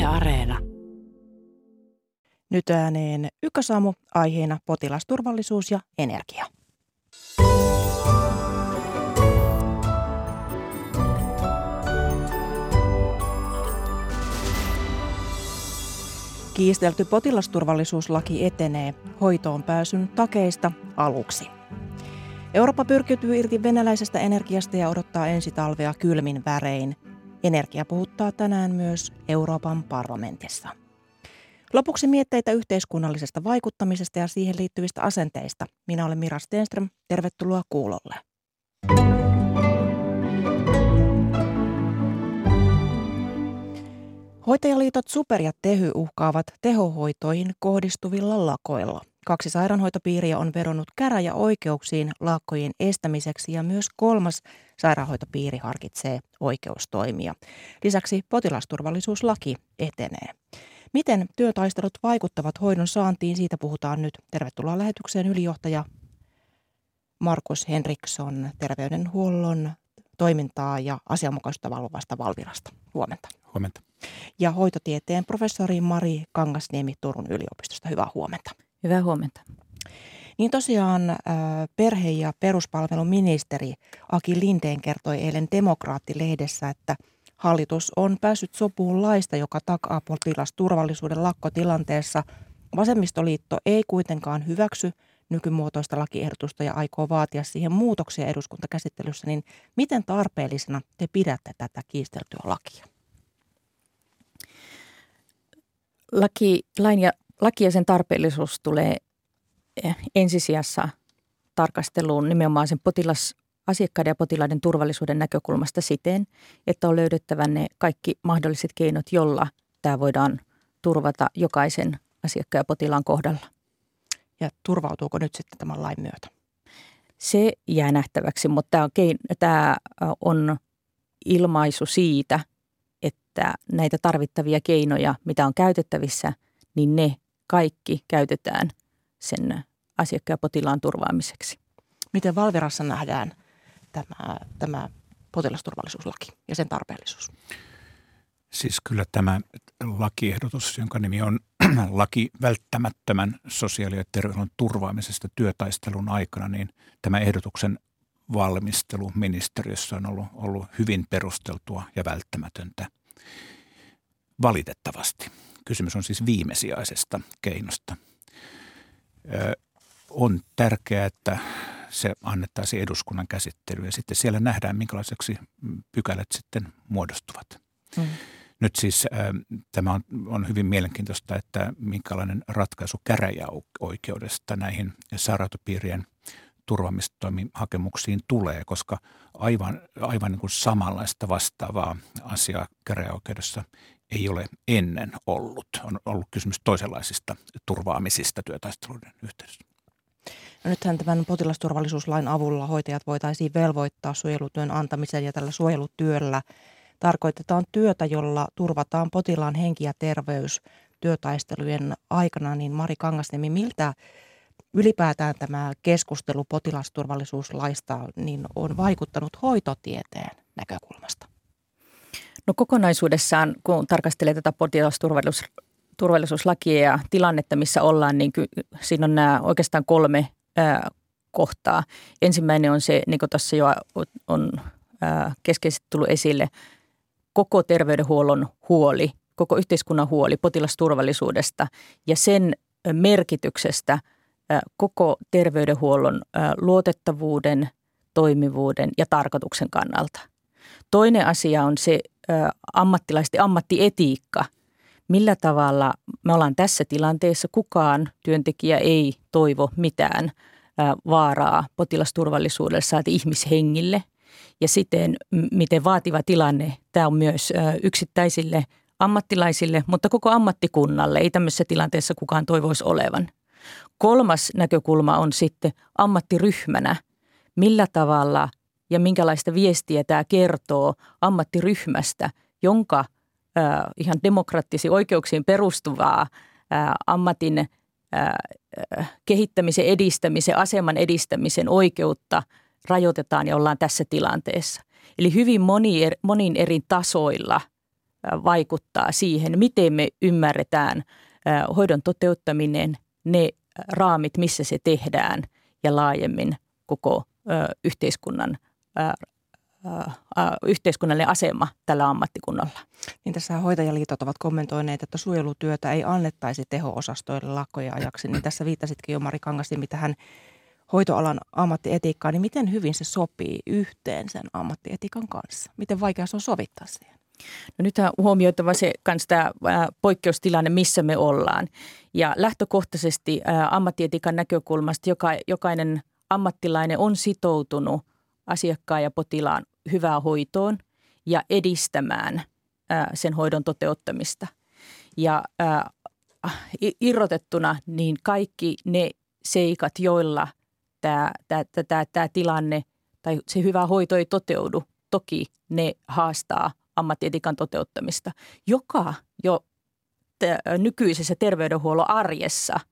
Areena. Nyt ääneen Ykkösaamu, aiheena potilasturvallisuus ja energia. Kiistelty potilasturvallisuuslaki etenee hoitoon pääsyn takeista aluksi. Eurooppa pyrkiytyy irti venäläisestä energiasta ja odottaa ensi talvea kylmin värein. Energia puhuttaa tänään myös Euroopan parlamentissa. Lopuksi mietteitä yhteiskunnallisesta vaikuttamisesta ja siihen liittyvistä asenteista. Minä olen Mira Stenström. Tervetuloa kuulolle. Hoitajaliitot SuPer ja Tehy uhkaavat tehohoitoihin kohdistuvilla lakoilla. 2 sairaanhoitopiiriä on vedonnut käräjäoikeuksiin lakkojen estämiseksi ja myös 3. sairaanhoitopiiri harkitsee oikeustoimia. Lisäksi potilasturvallisuuslaki etenee. Miten työtaistelut vaikuttavat hoidon saantiin? Siitä puhutaan nyt. Tervetuloa lähetykseen ylijohtaja Markus Henriksson terveydenhuollon toimintaa ja asianmukaisuutta valvovasta Valvirasta. Huomenta. Huomenta. Ja hoitotieteen professori Mari Kangasniemi Turun yliopistosta. Hyvää huomenta. Hyvää huomenta. Niin tosiaan perhe- ja peruspalveluministeri Aki Lindén kertoi eilen Demokraatti-lehdessä, että hallitus on päässyt sopuun laista, joka takaa potilasturvallisuuden lakkotilanteessa. Vasemmistoliitto ei kuitenkaan hyväksy nykymuotoista lakiehdotusta ja aikoo vaatia siihen muutoksia eduskuntakäsittelyssä. Niin miten tarpeellisena te pidätte tätä kiisteltyä lakia? Laki ja sen tarpeellisuus tulee ensisijassa tarkasteluun nimenomaan sen asiakkaiden ja potilaiden turvallisuuden näkökulmasta siten, että on löydettävä ne kaikki mahdolliset keinot, jolla tämä voidaan turvata jokaisen asiakkaan ja potilaan kohdalla. Ja turvautuuko nyt sitten tämän lain myötä? Se jää nähtäväksi, mutta tämä on ilmaisu siitä, että näitä tarvittavia keinoja, mitä on käytettävissä, niin ne kaikki käytetään sen asiakkaan ja potilaan turvaamiseksi. Miten Valvirassa nähdään tämä potilasturvallisuuslaki ja sen tarpeellisuus? Siis kyllä tämä lakiehdotus, jonka nimi on laki välttämättömän sosiaali- ja terveydenhuollon turvaamisesta työtaistelun aikana, niin tämä ehdotuksen valmistelu ministeriössä on ollut hyvin perusteltua ja välttämätöntä. Valitettavasti. Kysymys on siis viimesijaisesta keinosta. On tärkeää, että se annettaisiin eduskunnan käsittelyyn ja sitten siellä nähdään, minkälaiseksi pykälät sitten muodostuvat. Nyt siis tämä on hyvin mielenkiintoista, että minkälainen ratkaisu käräjäoikeudesta näihin sairaanhoitopiirien turvaamistoimihakemuksiin tulee, koska aivan niin kuin samanlaista vastaavaa asiaa käräjäoikeudessa ei ole ennen ollut. On ollut kysymys toisenlaisista turvaamisista työtaisteluiden yhteydessä. No nythän tämän potilasturvallisuuslain avulla hoitajat voitaisiin velvoittaa suojelutyön antamiseen ja tällä suojelutyöllä tarkoitetaan työtä, jolla turvataan potilaan henki ja terveys työtaistelujen aikana. Niin Mari Kangasniemi, miltä ylipäätään tämä keskustelu potilasturvallisuuslaista niin on vaikuttanut hoitotieteen näkökulmasta? No kokonaisuudessaan, kun tarkastelee tätä potilasturvallisuuslakia ja tilannetta, missä ollaan, niin siinä on nämä oikeastaan 3 kohtaa. Ensimmäinen on se, niin kuin tuossa jo on keskeisesti tullut esille, koko terveydenhuollon huoli, koko yhteiskunnan huoli potilasturvallisuudesta ja sen merkityksestä koko terveydenhuollon luotettavuuden, toimivuuden ja tarkoituksen kannalta. Toinen asia on se ammattilaisten ammattietiikka. Millä tavalla me ollaan tässä tilanteessa, kukaan työntekijä ei toivo mitään vaaraa potilasturvallisuudelle saati ihmishengille. Ja siten, miten vaativa tilanne tämä on myös yksittäisille ammattilaisille, mutta koko ammattikunnalle. Ei tämmöisessä tilanteessa kukaan toivoisi olevan. 3. näkökulma on sitten ammattiryhmänä. Millä tavalla ja minkälaista viestiä tämä kertoo ammattiryhmästä, jonka ihan demokraattisiin oikeuksiin perustuvaa ammatin kehittämisen, edistämisen, aseman edistämisen oikeutta rajoitetaan ja ollaan tässä tilanteessa. Eli hyvin monin eri tasoilla vaikuttaa siihen, miten me ymmärretään hoidon toteuttaminen, ne raamit, missä se tehdään ja laajemmin koko yhteiskunnallinen asema tällä ammattikunnalla. Niin tässä hoitajaliitot ovat kommentoineet, että suojelutyötä ei annettaisi teho-osastoille lakkojen ajaksi. Niin tässä viittasitkin jo Mari Kangasniemi tähän hoitoalan ammattietiikkaan. Niin miten hyvin se sopii yhteen sen ammattietiikan kanssa? Miten vaikea se on sovittaa siihen? No nyt on huomioitava se kans tämä poikkeustilanne, missä me ollaan. Ja lähtökohtaisesti ammattietiikan näkökulmasta jokainen ammattilainen on sitoutunut asiakkaan ja potilaan hyvään hoitoon ja edistämään sen hoidon toteuttamista. Ja irrotettuna niin kaikki ne seikat, joilla tämä tilanne tai se hyvä hoito ei toteudu, toki ne haastaa ammattietiikan toteuttamista, joka jo nykyisessä terveydenhuollon arjessa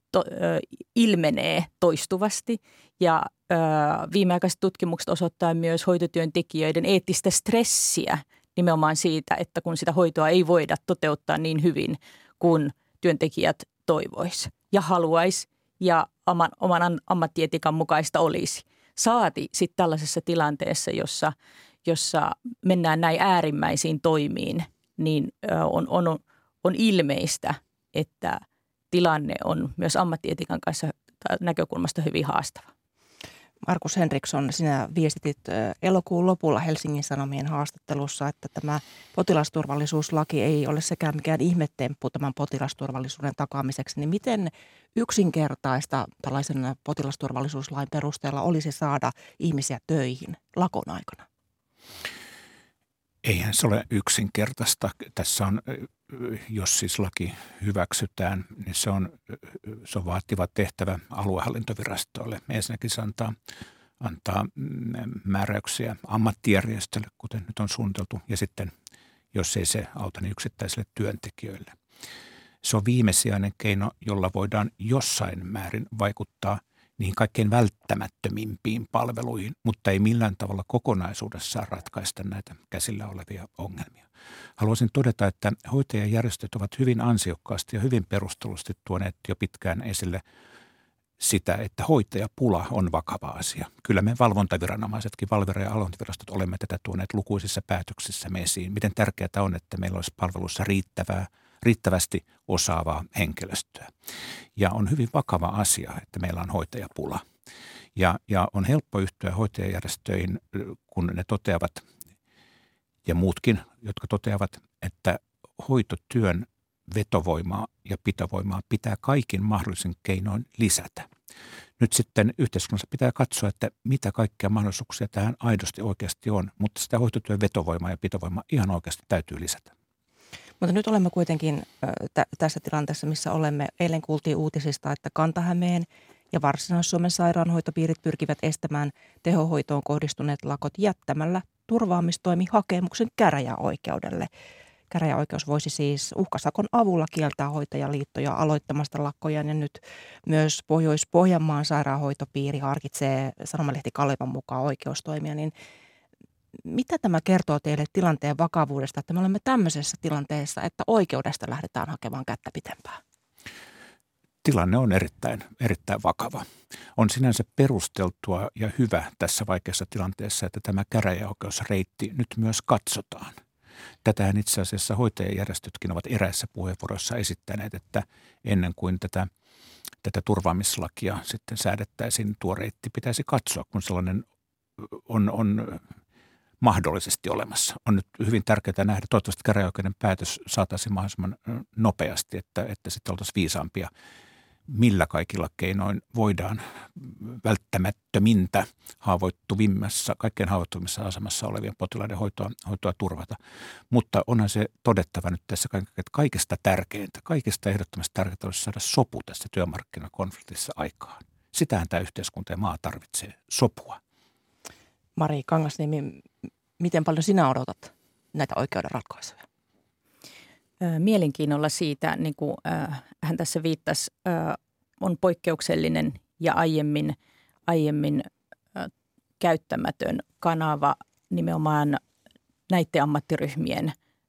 ilmenee toistuvasti ja viimeaikaiset tutkimukset osoittaa myös hoitotyöntekijöiden eettistä stressiä nimenomaan siitä, että kun sitä hoitoa ei voida toteuttaa niin hyvin kuin työntekijät toivoisi ja haluaisi ja oman ammattietiikan mukaista olisi. Saati sitten tällaisessa tilanteessa, jossa mennään näin äärimmäisiin toimiin, niin on ilmeistä, että tilanne on myös ammattietiikan kanssa näkökulmasta hyvin haastava. Markus Henriksson, sinä viestitit elokuun lopulla Helsingin Sanomien haastattelussa, että tämä potilasturvallisuuslaki ei ole sekään mikään ihmetemppu tämän potilasturvallisuuden takaamiseksi. Niin miten yksinkertaista tällaisen potilasturvallisuuslain perusteella olisi saada ihmisiä töihin lakon aikana? Eihän se ole yksinkertaista. Tässä on, jos siis laki hyväksytään, niin se on vaativa tehtävä aluehallintovirastoille. Ensinnäkin se antaa määräyksiä ammattijärjestölle, kuten nyt on suunniteltu, ja sitten, jos ei se auta, niin yksittäisille työntekijöille. Se on viimesijainen keino, jolla voidaan jossain määrin vaikuttaa niihin kaikkein välttämättömimpiin palveluihin, mutta ei millään tavalla kokonaisuudessaan ratkaista näitä käsillä olevia ongelmia. Haluaisin todeta, että hoitajajärjestöt ovat hyvin ansiokkaasti ja hyvin perustellusti tuoneet jo pitkään esille sitä, että hoitajapula on vakava asia. Kyllä me valvontaviranomaisetkin, Valvira ja aluehallintovirastot, olemme tätä tuoneet lukuisissa päätöksissä esiin. Miten tärkeää on, että meillä olisi palveluissa riittävästi osaavaa henkilöstöä. Ja on hyvin vakava asia, että meillä on hoitajapula. Ja on helppo yhtyä hoitajajärjestöihin, kun ne toteavat, ja muutkin, jotka toteavat, että hoitotyön vetovoimaa ja pitovoimaa pitää kaikin mahdollisin keinoin lisätä. Nyt sitten yhteiskunnassa pitää katsoa, että mitä kaikkia mahdollisuuksia tähän aidosti oikeasti on, mutta sitä hoitotyön vetovoimaa ja pitovoimaa ihan oikeasti täytyy lisätä. Mutta nyt olemme kuitenkin tässä tilanteessa, missä olemme. Eilen kuultiin uutisista, että Kanta-Hämeen ja Varsinais-Suomen sairaanhoitopiirit pyrkivät estämään tehohoitoon kohdistuneet lakot jättämällä turvaamistoimihakemuksen käräjäoikeudelle. Käräjäoikeus voisi siis uhkasakon avulla kieltää hoitajaliittoja aloittamasta lakkoja, ja nyt myös Pohjois-Pohjanmaan sairaanhoitopiiri harkitsee sanomalehti Kalevan mukaan oikeustoimia. Niin mitä tämä kertoo teille tilanteen vakavuudesta, että me olemme tämmöisessä tilanteessa, että oikeudesta lähdetään hakemaan kättä pitempään? Tilanne on erittäin vakava. On sinänsä perusteltua ja hyvä tässä vaikeassa tilanteessa, että tämä käräjäoikeusreitti nyt myös katsotaan. Tätähän itse asiassa hoitajajärjestötkin ovat eräissä puheenvuoroissa esittäneet, että ennen kuin tätä turvaamislakia sitten säädettäisiin, tuo reitti pitäisi katsoa, kun sellainen on mahdollisesti olemassa. On nyt hyvin tärkeää nähdä, toivottavasti käräjäoikeuden päätös saataisiin mahdollisimman nopeasti, että sitten oltaisiin viisaampia, millä kaikilla keinoin voidaan välttämättömintä kaikkein haavoittuvimmassa asemassa olevien potilaiden hoitoa turvata. Mutta onhan se todettava nyt tässä, että kaikista ehdottomasti tärkeintä olisi saada sopu tässä työmarkkinakonfliktissa aikaan. Sitähän tämä yhteiskunta ja maa tarvitsee, sopua. Mari Kangasniemi, miten paljon sinä odotat näitä oikeuden ratkaisuja? Mielenkiinnolla siitä, niin kuin hän tässä viittasi, on poikkeuksellinen ja aiemmin käyttämätön kanava nimenomaan näiden ammattiryhmien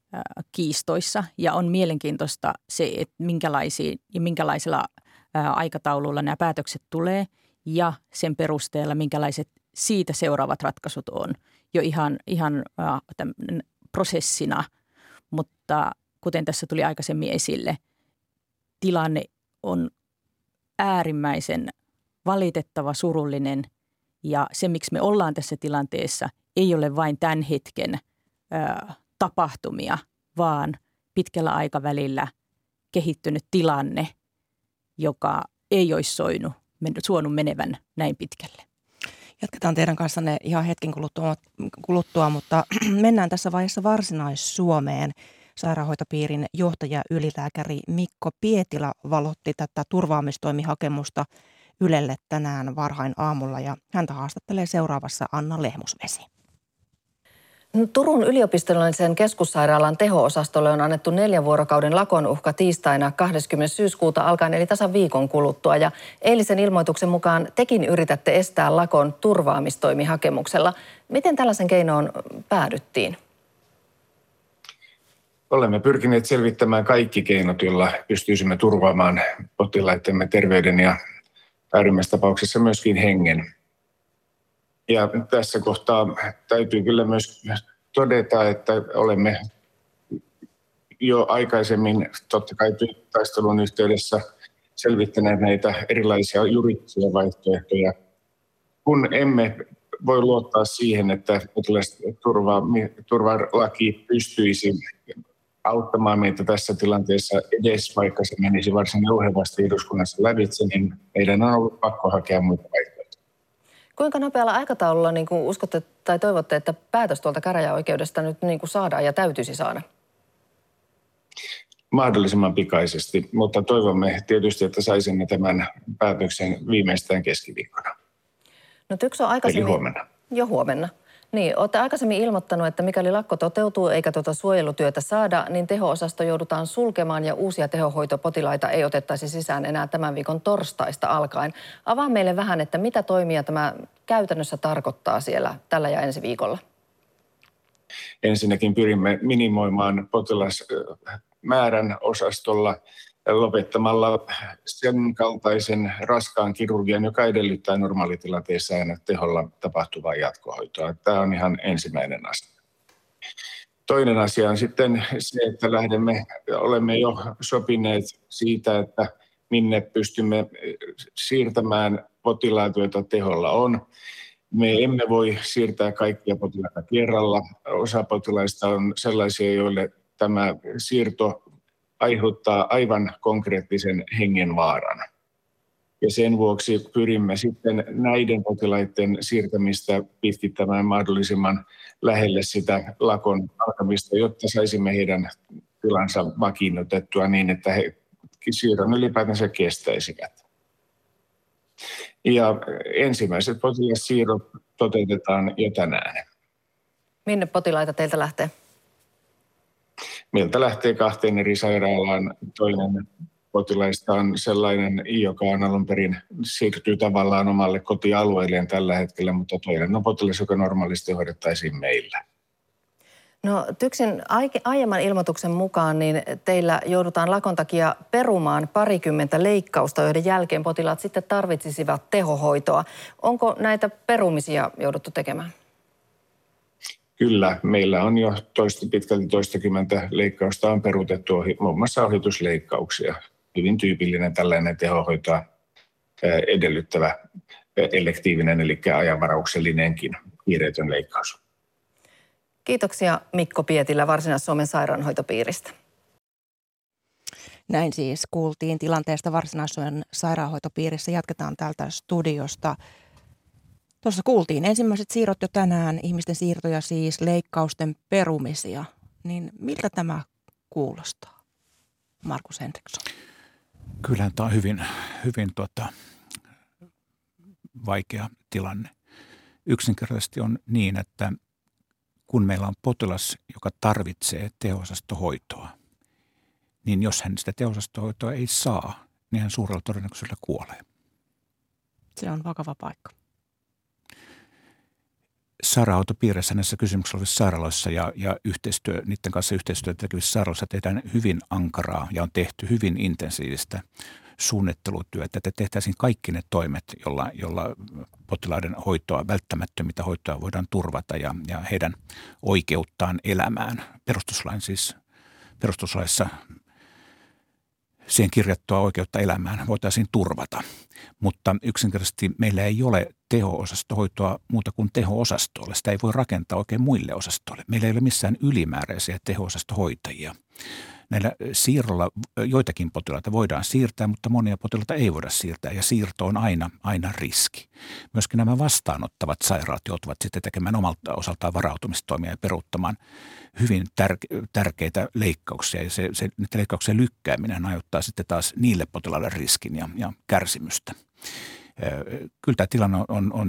kiistoissa ja on mielenkiintoista se, että minkälaisella aikataululla nämä päätökset tulee ja sen perusteella minkälaiset siitä seuraavat ratkaisut on jo ihan prosessina, mutta kuten tässä tuli aikaisemmin esille, tilanne on äärimmäisen valitettava, surullinen ja se, miksi me ollaan tässä tilanteessa, ei ole vain tämän hetken tapahtumia, vaan pitkällä aikavälillä kehittynyt tilanne, joka ei olisi suonut menevän näin pitkälle. Jatketaan teidän kanssanne ihan hetken kuluttua, mutta mennään tässä vaiheessa Varsinais-Suomeen. Sairaanhoitopiirin johtaja ylilääkäri Mikko Pietilä valotti tätä turvaamistoimihakemusta Ylelle tänään varhain aamulla ja häntä haastattelee seuraavassa Anna Lehmusvesi. Turun yliopistollisen keskussairaalan teho-osastolle on annettu 4 vuorokauden lakon uhka tiistaina 20. syyskuuta alkaen, eli tasan viikon kuluttua. Ja eilisen ilmoituksen mukaan tekin yritätte estää lakon turvaamistoimihakemuksella. Miten tällaisen keinoon päädyttiin? Olemme pyrkineet selvittämään kaikki keinot, joilla pystyisimme turvaamaan potilaittemme terveyden ja äärimmäisessä tapauksessa myöskin hengen. Ja tässä kohtaa täytyy kyllä myös todeta, että olemme jo aikaisemmin totta kai taistelun yhteydessä selvittäneet näitä erilaisia juridisia vaihtoehtoja. Kun emme voi luottaa siihen, että potilasturvalaki pystyisi auttamaan meitä tässä tilanteessa edes, vaikka se menisi varsin jouhevasti eduskunnassa lävitse, niin meidän on ollut pakko hakea muita vaihtoehtoja. Kuinka nopealla aikataululla niin kuin uskotte tai toivotte, että päätös tuolta käräjäoikeudesta nyt niin kuin saadaan ja täytyisi saada? Mahdollisimman pikaisesti, mutta toivomme tietysti, että saisimme tämän päätöksen viimeistään keskiviikkona. No TYKS on aikaisemmin... Eli huomenna. Jo huomenna. Niin, olette aikaisemmin ilmoittanut, että mikäli lakko toteutuu eikä tuota suojelutyötä saada, niin teho-osasto joudutaan sulkemaan ja uusia tehohoitopotilaita ei otettaisi sisään enää tämän viikon torstaista alkaen. Avaa meille vähän, että mitä toimia tämä käytännössä tarkoittaa siellä tällä ja ensi viikolla? Ensinnäkin pyrimme minimoimaan potilasmäärän osastolla lopettamalla sen kaltaisen raskaan kirurgian, joka edellyttää normaalitilanteessa aina teholla tapahtuvaa jatkohoitoa. Tämä on ihan ensimmäinen asia. Toinen asia on sitten se, että olemme jo sopineet siitä, että minne pystymme siirtämään potilaita, joita teholla on. Me emme voi siirtää kaikkia potilaita kerralla. Osa potilaista on sellaisia, joille tämä siirto aiheuttaa aivan konkreettisen hengenvaaran. Ja sen vuoksi pyrimme sitten näiden potilaiden siirtämistä pitkittämään mahdollisimman lähelle sitä lakon alkamista, jotta saisimme heidän tilansa vakiinnutettua niin, että he siirron ylipäätänsä kestäisivät. Ja ensimmäiset potilassiirrot toteutetaan jo tänään. Minne potilaita teiltä lähtee? Meiltä lähtee 2 eri sairaalaan. Toinen potilaista on sellainen, joka on alun perin siirtyy tavallaan omalle kotialueelleen tällä hetkellä, mutta toinen on potilas, joka normaalisti hoidettaisiin meillä. No TYKSin aiemman ilmoituksen mukaan niin teillä joudutaan lakon takia perumaan 20 leikkausta, joiden jälkeen potilaat sitten tarvitsisivat tehohoitoa. Onko näitä perumisia jouduttu tekemään? Kyllä, meillä on jo pitkälti toistakymmentä leikkausta on peruutettu, muun muassa ohitusleikkauksia. Hyvin tyypillinen tällainen tehohoitoa edellyttävä elektiivinen, eli ajanvarauksellinenkin kiireetön leikkaus. Kiitoksia Mikko Pietilä Varsinais-Suomen sairaanhoitopiiristä. Näin siis kuultiin tilanteesta Varsinais-Suomen sairaanhoitopiirissä. Jatketaan täältä studiosta. Tuossa kuultiin ensimmäiset siirrot jo tänään, ihmisten siirtoja siis, leikkausten perumisia. Niin miltä tämä kuulostaa, Markus Henriksson? Kyllähän tämä on hyvin vaikea tilanne. Yksinkertaisesti on niin, että kun meillä on potilas, joka tarvitsee teho-osastohoitoa, niin jos hän sitä teho-osastohoitoa ei saa, niin hän suurella todennäköisyydellä kuolee. Se on vakava paikka. sairaanhoitopiireissä näissä kysymyksissä olevissa sairaaloissa ja niiden kanssa yhteistyötä tekevissä sairaaloissa tehdään hyvin ankaraa ja on tehty hyvin intensiivistä suunnittelutyötä, että tehtäisiin kaikki ne toimet, jolla potilaiden hoitoa, välttämättömitä hoitoa voidaan turvata ja heidän oikeuttaan elämään. Perustuslaissa siihen kirjattua oikeutta elämään voitaisiin turvata, mutta yksinkertaisesti meillä ei ole teho-osastohoitoa muuta kuin teho-osastoille. Sitä ei voi rakentaa oikein muille osastoille. Meillä ei ole missään ylimääräisiä teho-osastohoitajia. Näillä siirrolla joitakin potilaita voidaan siirtää, mutta monia potilaita ei voida siirtää ja siirto on aina riski. Myöskin nämä vastaanottavat sairaat joutuvat sitten tekemään omalta osaltaan varautumistoimia ja peruuttamaan hyvin tärkeitä leikkauksia ja niiden leikkauksien lykkääminen aiheuttaa sitten taas niille potilaille riskin ja kärsimystä. Kyllä tämä tilanne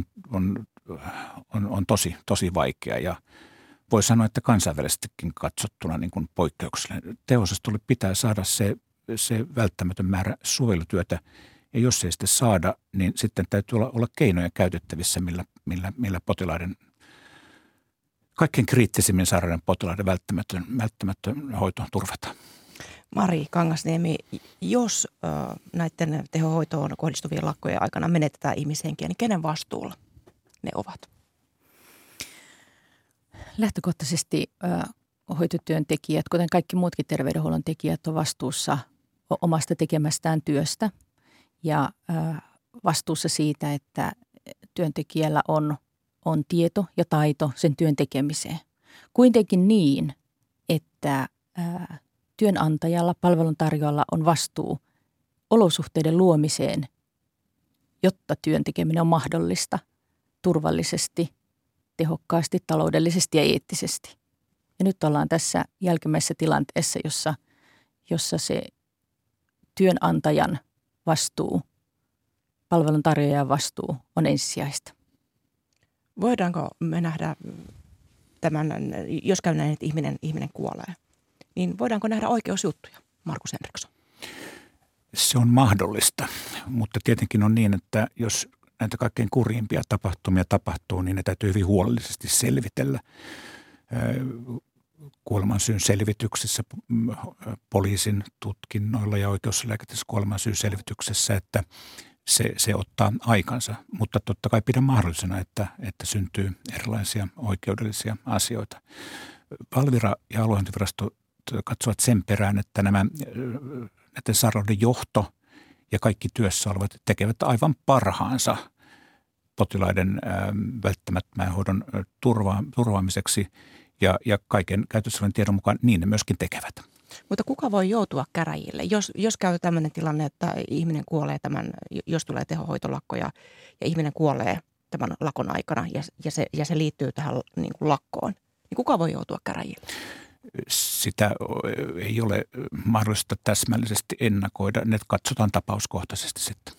on tosi vaikea ja voi sanoa, että kansainvälisestikin katsottuna niin kuin poikkeuksellinen. Teho-osastolle pitää saada se välttämätön määrä suojelutyötä ja jos ei sitä saada, niin sitten täytyy olla keinoja käytettävissä, millä potilaiden kaikkein kriittisimmin sairaiden potilaiden välttämätön hoito turvataan. Mari Kangasniemi, jos näiden tehohoitoon kohdistuvien lakkojen aikana menetetään ihmishenkiä, niin kenen vastuulla ne ovat? Lähtökohtaisesti hoitotyöntekijät, kuten kaikki muutkin terveydenhuollon tekijät, on vastuussa omasta tekemästään työstä ja vastuussa siitä, että työntekijällä on tieto ja taito sen työn tekemiseen. Kuitenkin niin, että työnantajalla, palveluntarjoajalla on vastuu olosuhteiden luomiseen, jotta työn tekeminen on mahdollista turvallisesti, tehokkaasti, taloudellisesti ja eettisesti. Ja nyt ollaan tässä jälkimmäisessä tilanteessa, jossa se työnantajan vastuu, palveluntarjoajan vastuu on ensisijaista. Voidaanko me nähdä tämän, jos käy näin, että ihminen kuolee, niin voidaanko nähdä oikeusjuttuja, Markus Henriksson? Se on mahdollista, mutta tietenkin on niin, että jos näitä kaikkein kurjimpia tapahtumia tapahtuu, niin ne täytyy hyvin huolellisesti selvitellä. Kuolemansyyn selvityksessä, poliisin tutkinnoilla ja oikeuslääketieteellisessä kuolemansyyn selvityksessä, että se ottaa aikansa. Mutta totta kai pidän mahdollisena, että syntyy erilaisia oikeudellisia asioita. Valvira ja aluehallintovirasto katsovat sen perään, että näiden sairaaloiden johto ja kaikki työssä olevat tekevät aivan parhaansa potilaiden välttämättömän hoidon turvaamiseksi ja kaiken käytössä olevan tiedon mukaan niin ne myöskin tekevät. Mutta kuka voi joutua käräjille? Jos käy tämmöinen tilanne, että ihminen kuolee jos tulee tehohoitolakko ja ihminen kuolee tämän lakon aikana ja se liittyy tähän niin kuin lakkoon, niin kuka voi joutua käräjille? Sitä ei ole mahdollista täsmällisesti ennakoida. Ne katsotaan tapauskohtaisesti sitten.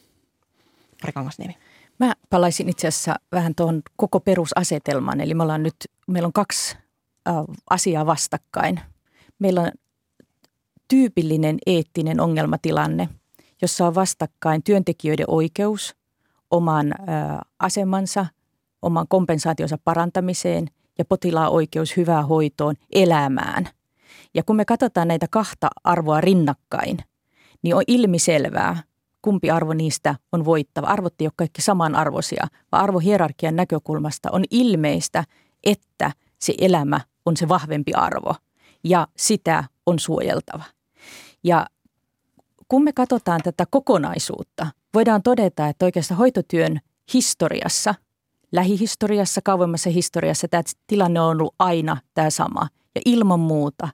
Mari Kangasniemi. Mä palaisin itse asiassa vähän tuohon koko perusasetelmaan. Eli meillä on kaksi asiaa vastakkain. Meillä on tyypillinen eettinen ongelmatilanne, jossa on vastakkain työntekijöiden oikeus oman asemansa, oman kompensaationsa parantamiseen ja potilaan oikeus hyvään hoitoon, elämään. Ja kun me katsotaan näitä kahta arvoa rinnakkain, niin on ilmiselvää, kumpi arvo niistä on voittava. Arvot ei ole kaikki samanarvoisia, vaan arvohierarkian näkökulmasta on ilmeistä, että se elämä on se vahvempi arvo ja sitä on suojeltava. Ja kun me katsotaan tätä kokonaisuutta, voidaan todeta, että oikeastaan hoitotyön historiassa, lähihistoriassa, kauemmassa historiassa tämä tilanne on ollut aina tämä sama. Ja ilman muuta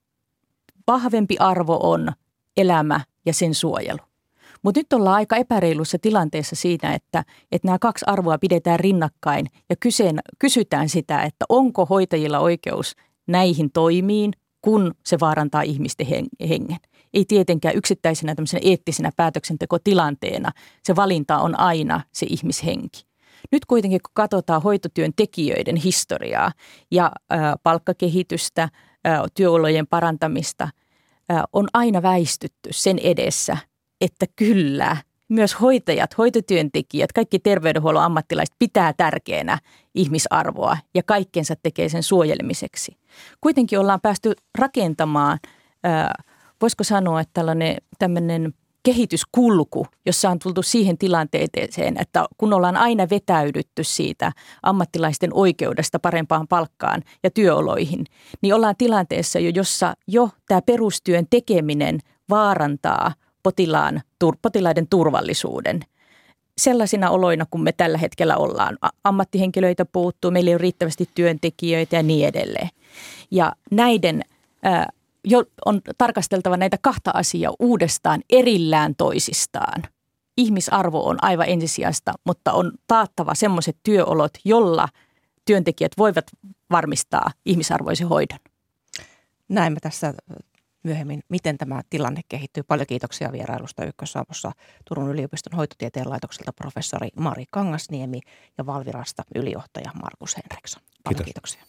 vahvempi arvo on elämä ja sen suojelu. Mutta nyt ollaan aika epäreilussa tilanteessa siinä, että nämä kaksi arvoa pidetään rinnakkain ja kysytään sitä, että onko hoitajilla oikeus näihin toimiin, kun se vaarantaa ihmisten hengen. Ei tietenkään yksittäisenä tämmöisenä eettisenä päätöksentekotilanteena. Se valinta on aina se ihmishenki. Nyt kuitenkin, kun katsotaan hoitotyön tekijöiden historiaa ja palkkakehitystä, työolojen parantamista, on aina väistytty sen edessä, että kyllä myös hoitajat, hoitotyöntekijät, kaikki terveydenhuollon ammattilaiset pitää tärkeänä ihmisarvoa ja kaikkensa tekee sen suojelemiseksi. Kuitenkin ollaan päästy rakentamaan, voisiko sanoa, että tämmöinen kehityskulku, jossa on tultu siihen tilanteeseen, että kun ollaan aina vetäydytty siitä ammattilaisten oikeudesta parempaan palkkaan ja työoloihin, niin ollaan tilanteessa, jossa jo tämä perustyön tekeminen vaarantaa potilaiden turvallisuuden. Sellaisina oloina, kun me tällä hetkellä ollaan. Ammattihenkilöitä puuttuu, meillä ei ole riittävästi työntekijöitä ja niin edelleen. Ja näiden on tarkasteltava näitä kahta asiaa uudestaan erillään toisistaan. Ihmisarvo on aivan ensisijasta, mutta on taattava semmoiset työolot, jolla työntekijät voivat varmistaa ihmisarvoisen hoidon. Näemme tässä myöhemmin, miten tämä tilanne kehittyy. Paljon kiitoksia vierailusta Ykkösaamussa Turun yliopiston hoitotieteen laitokselta professori Mari Kangasniemi ja Valvirasta ylijohtaja Markus Henriksson. Paljon kiitoksia.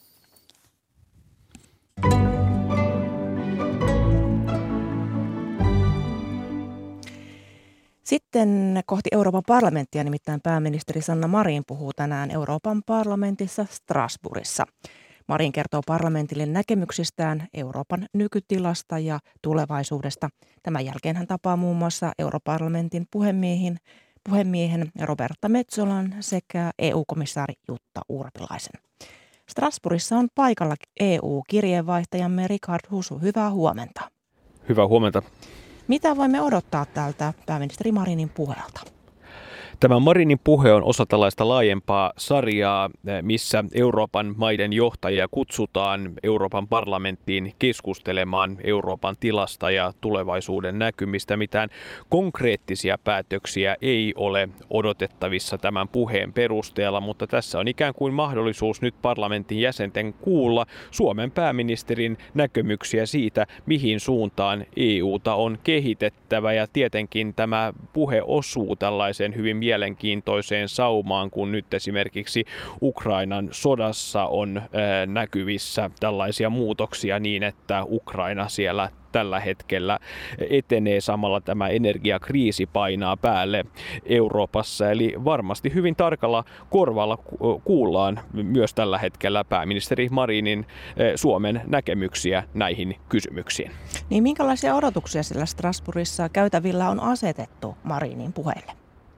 Sitten kohti Euroopan parlamenttia, nimittäin pääministeri Sanna Marin puhuu tänään Euroopan parlamentissa Strasbourgissa. Marin kertoo parlamentille näkemyksistään Euroopan nykytilasta ja tulevaisuudesta. Tämän jälkeen hän tapaa muun muassa Europarlamentin puhemiehen Roberta Metsolan sekä EU-komissaari Jutta Urpilaisen. Strasbourgissa on paikalla EU-kirjeenvaihtajamme Richard Husu. Hyvää huomenta. Hyvää huomenta. Mitä voimme odottaa tältä pääministeri Marinin puheelta? Tämä Marinin puhe on osa tällaista laajempaa sarjaa, missä Euroopan maiden johtajia kutsutaan Euroopan parlamenttiin keskustelemaan Euroopan tilasta ja tulevaisuuden näkymistä. Mitään konkreettisia päätöksiä ei ole odotettavissa tämän puheen perusteella, mutta tässä on ikään kuin mahdollisuus nyt parlamentin jäsenten kuulla Suomen pääministerin näkemyksiä siitä, mihin suuntaan EUta on kehitettävä. Ja tietenkin tämä puhe osuu tällaiseen hyvin mielenkiintoiseen saumaan, kun nyt esimerkiksi Ukrainan sodassa on näkyvissä tällaisia muutoksia niin, että Ukraina siellä tällä hetkellä etenee, samalla tämä energiakriisi painaa päälle Euroopassa. Eli varmasti hyvin tarkalla korvalla kuullaan myös tällä hetkellä pääministeri Marinin Suomen näkemyksiä näihin kysymyksiin. Niin minkälaisia odotuksia sillä Strasbourgissa käytävillä on asetettu Marinin puheelle?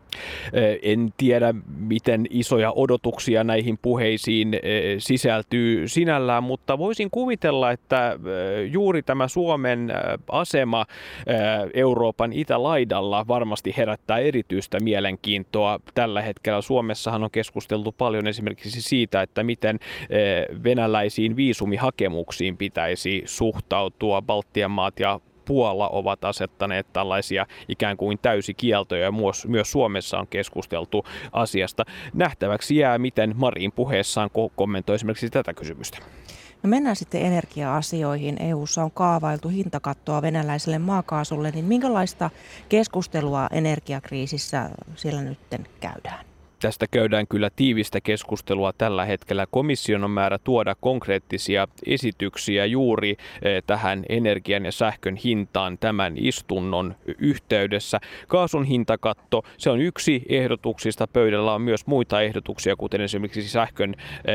En tiedä, miten isoja odotuksia näihin puheisiin sisältyy sinällään, mutta voisin kuvitella, että juuri tämä Suomen asema Euroopan itälaidalla varmasti herättää erityistä mielenkiintoa. Tällä hetkellä Suomessahan on keskusteltu paljon esimerkiksi siitä, että miten venäläisiin viisumihakemuksiin pitäisi suhtautua. Baltian maat ja Puola ovat asettaneet tällaisia ikään kuin täysikieltoja ja myös Suomessa on keskusteltu asiasta. Nähtäväksi jää, miten Marin puheessaan kommentoi esimerkiksi tätä kysymystä. No mennään sitten energia-asioihin. EU:ssa on kaavailtu hintakattoa venäläiselle maakaasulle, niin minkälaista keskustelua energiakriisissä siellä nyt käydään? Tästä käydään kyllä tiivistä keskustelua tällä hetkellä. Komission on määrä tuoda konkreettisia esityksiä juuri tähän energian ja sähkön hintaan tämän istunnon yhteydessä. Kaasun hintakatto, se on yksi ehdotuksista. Pöydällä on myös muita ehdotuksia, kuten esimerkiksi sähkön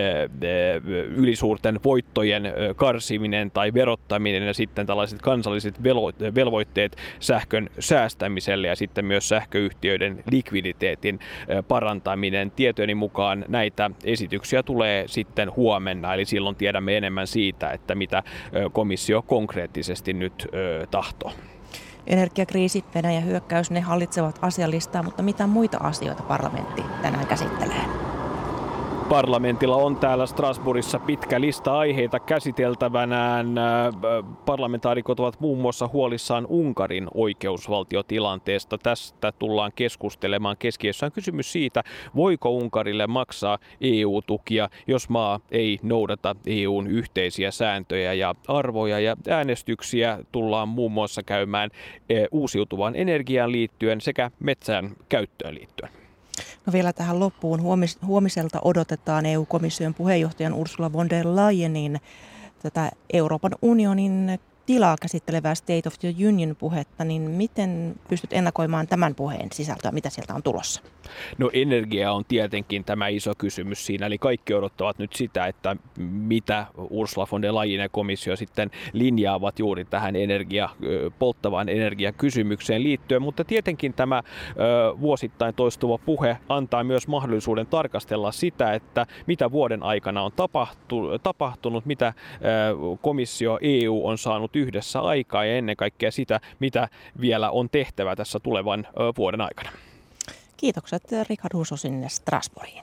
ylisuurten voittojen karsiminen tai verottaminen ja sitten tällaiset kansalliset velvoitteet sähkön säästämiselle ja sitten myös sähköyhtiöiden likviditeetin parantaminen. Tietojeni mukaan näitä esityksiä tulee sitten huomenna, eli silloin tiedämme enemmän siitä, että mitä komissio konkreettisesti nyt tahtoo. Energiakriisi, Venäjän hyökkäys, ne hallitsevat asialistaa, mutta mitä muita asioita parlamentti tänään käsittelee? Parlamentilla on täällä Strasbourgissa pitkä lista aiheita käsiteltävänään. Parlamentaarikot ovat muun muassa huolissaan Unkarin oikeusvaltiotilanteesta. Tästä tullaan keskustelemaan. Keskiössä on kysymys siitä, voiko Unkarille maksaa EU-tukia, jos maa ei noudata EUn yhteisiä sääntöjä ja arvoja. Ja äänestyksiä tullaan muun muassa käymään uusiutuvaan energiaan liittyen sekä metsän käyttöön liittyen. No vielä tähän loppuun. Huomiselta odotetaan EU-komission puheenjohtajan Ursula von der Leyenin tätä Euroopan unionin tilaa käsittelevää State of the Union -puhetta, niin miten pystyt ennakoimaan tämän puheen sisältöä, mitä sieltä on tulossa? No energia on tietenkin tämä iso kysymys siinä, eli kaikki odottavat nyt sitä, että mitä Ursula von der Leyen ja komissio sitten linjaavat juuri tähän polttavaan energiakysymykseen liittyen, mutta tietenkin tämä vuosittain toistuva puhe antaa myös mahdollisuuden tarkastella sitä, että mitä vuoden aikana on tapahtunut, mitä komissio EU on saanut yhdessä aikaa ja ennen kaikkea sitä, mitä vielä on tehtävä tässä tulevan vuoden aikana. Kiitokset Richard Huso sinne Strasbourgiin.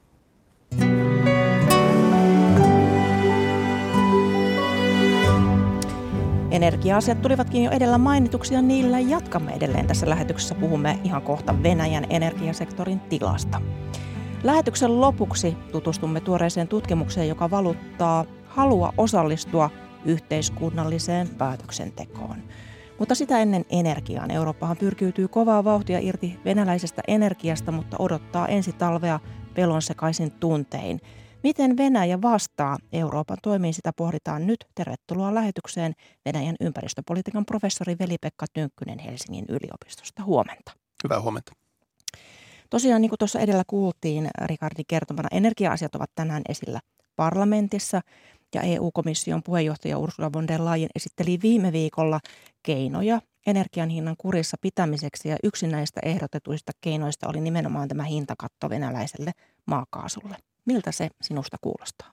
Energia-asiat tulivatkin jo edellä mainituksi ja niillä jatkamme edelleen tässä lähetyksessä. Puhumme ihan kohta Venäjän energiasektorin tilasta. Lähetyksen lopuksi tutustumme tuoreeseen tutkimukseen, joka valuttaa halua osallistua yhteiskunnalliseen päätöksentekoon. Mutta sitä ennen energiaan. Eurooppahan pyrkiytyy kovaa vauhtia irti venäläisestä energiasta, mutta odottaa ensi talvea pelon sekaisin tuntein. Miten Venäjä vastaa Euroopan toimiin, sitä pohditaan nyt. Tervetuloa lähetykseen Venäjän ympäristöpolitiikan professori Veli-Pekka Tynkkynen Helsingin yliopistosta. Huomenta. Hyvää huomenta. Tosiaan niin kuin tuossa edellä kuultiin Richardin kertomana, energia-asiat ovat tänään esillä parlamentissa. Ja EU-komission puheenjohtaja Ursula von der Leyen esitteli viime viikolla keinoja energian hinnan kurissa pitämiseksi. Ja yksi näistä ehdotetuista keinoista oli nimenomaan tämä hintakatto venäläiselle maakaasulle. Miltä se sinusta kuulostaa?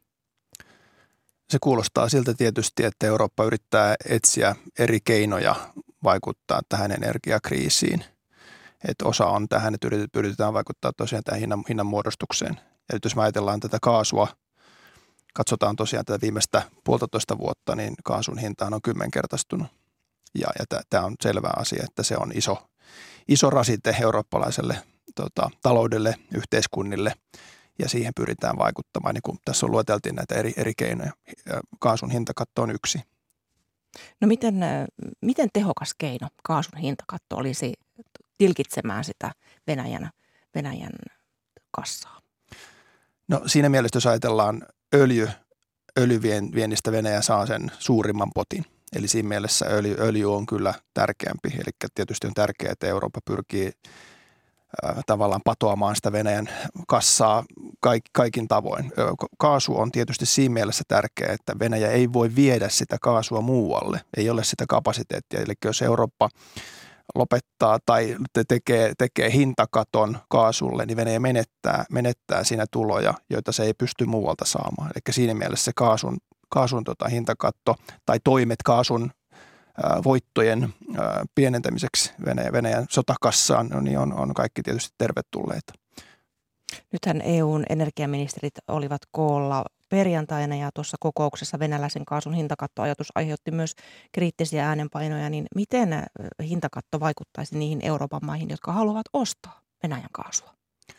Se kuulostaa siltä tietysti, että Eurooppa yrittää etsiä eri keinoja vaikuttaa tähän energiakriisiin. Että osa on tähän, että yritetään vaikuttaa tosiaan tähän hinnan muodostukseen. Ja nyt jos me ajatellaan tätä kaasua, katsotaan tosiaan tätä viimeistä 1,5 vuotta, niin kaasun hintaan on 10-kertaistunut. Ja tämä on selvä asia, että se on iso rasite eurooppalaiselle taloudelle, yhteiskunnille, ja siihen pyritään vaikuttamaan. Niin kuin tässä lueteltiin näitä eri keinoja. Kaasun hintakatto on yksi. No miten tehokas keino kaasun hintakatto olisi tilkitsemään sitä Venäjän kassaa? No siinä mielessä, jos ajatellaan öljyviennistä Venäjä saa sen suurimman potin. Eli siinä mielessä öljy on kyllä tärkeämpi. Eli tietysti on tärkeää, että Eurooppa pyrkii tavallaan patoamaan sitä Venäjän kassaa kaikin tavoin. Kaasu on tietysti siinä mielessä tärkeää, että Venäjä ei voi viedä sitä kaasua muualle. Ei ole sitä kapasiteettia. Eli jos Eurooppa lopettaa tai tekee hintakaton kaasulle, niin Venäjä menettää siinä tuloja, joita se ei pysty muualta saamaan. Eli siinä mielessä se kaasun hintakatto tai toimet kaasun voittojen pienentämiseksi Venäjän sotakassaan niin on kaikki tietysti tervetulleita. Nythän EUn energiaministerit olivat koolla perjantaina ja tuossa kokouksessa venäläisen kaasun hintakattoajatus aiheutti myös kriittisiä äänenpainoja. Niin miten hintakatto vaikuttaisi niihin Euroopan maihin, jotka haluavat ostaa Venäjän kaasua?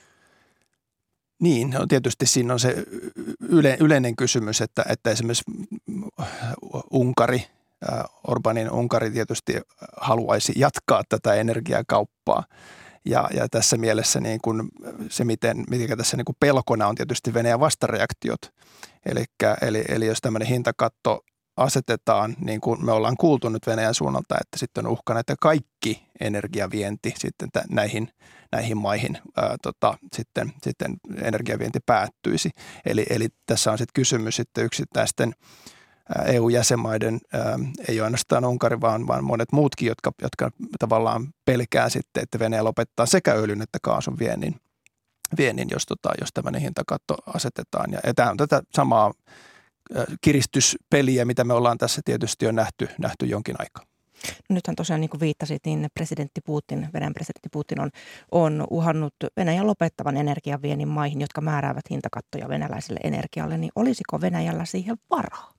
Niin, no tietysti siinä on se yleinen kysymys, että esimerkiksi Orbanin Unkari tietysti haluaisi jatkaa tätä energiakauppaa. Ja tässä mielessä niin kuin se, mikä tässä niin kuin pelkona on tietysti Venäjän vastareaktiot. Eli jos tämmöinen hintakatto asetetaan, niin kuin me ollaan kuultu nyt Venäjän suunnalta, että sitten on uhkana, että kaikki energiavienti sitten näihin maihin sitten energiavienti päättyisi. Eli tässä on sitten kysymys sitten yksittäisten EU-jäsenmaiden, ei ole ainoastaan Unkari, vaan monet muutkin, jotka tavallaan pelkää sitten, että Venäjä lopettaa sekä öljyn että kaasun viennin jos tämmöinen hintakatto asetetaan. Ja tämä on tätä samaa kiristyspeliä, mitä me ollaan tässä tietysti jo nähty jonkin aikaa. No nythän tosiaan niin kuin viittasit, niin Venäjän presidentti Putin on uhannut Venäjän lopettavan energiaviennin maihin, jotka määräävät hintakattoja venäläiselle energialle. Niin olisiko Venäjällä siihen varaa?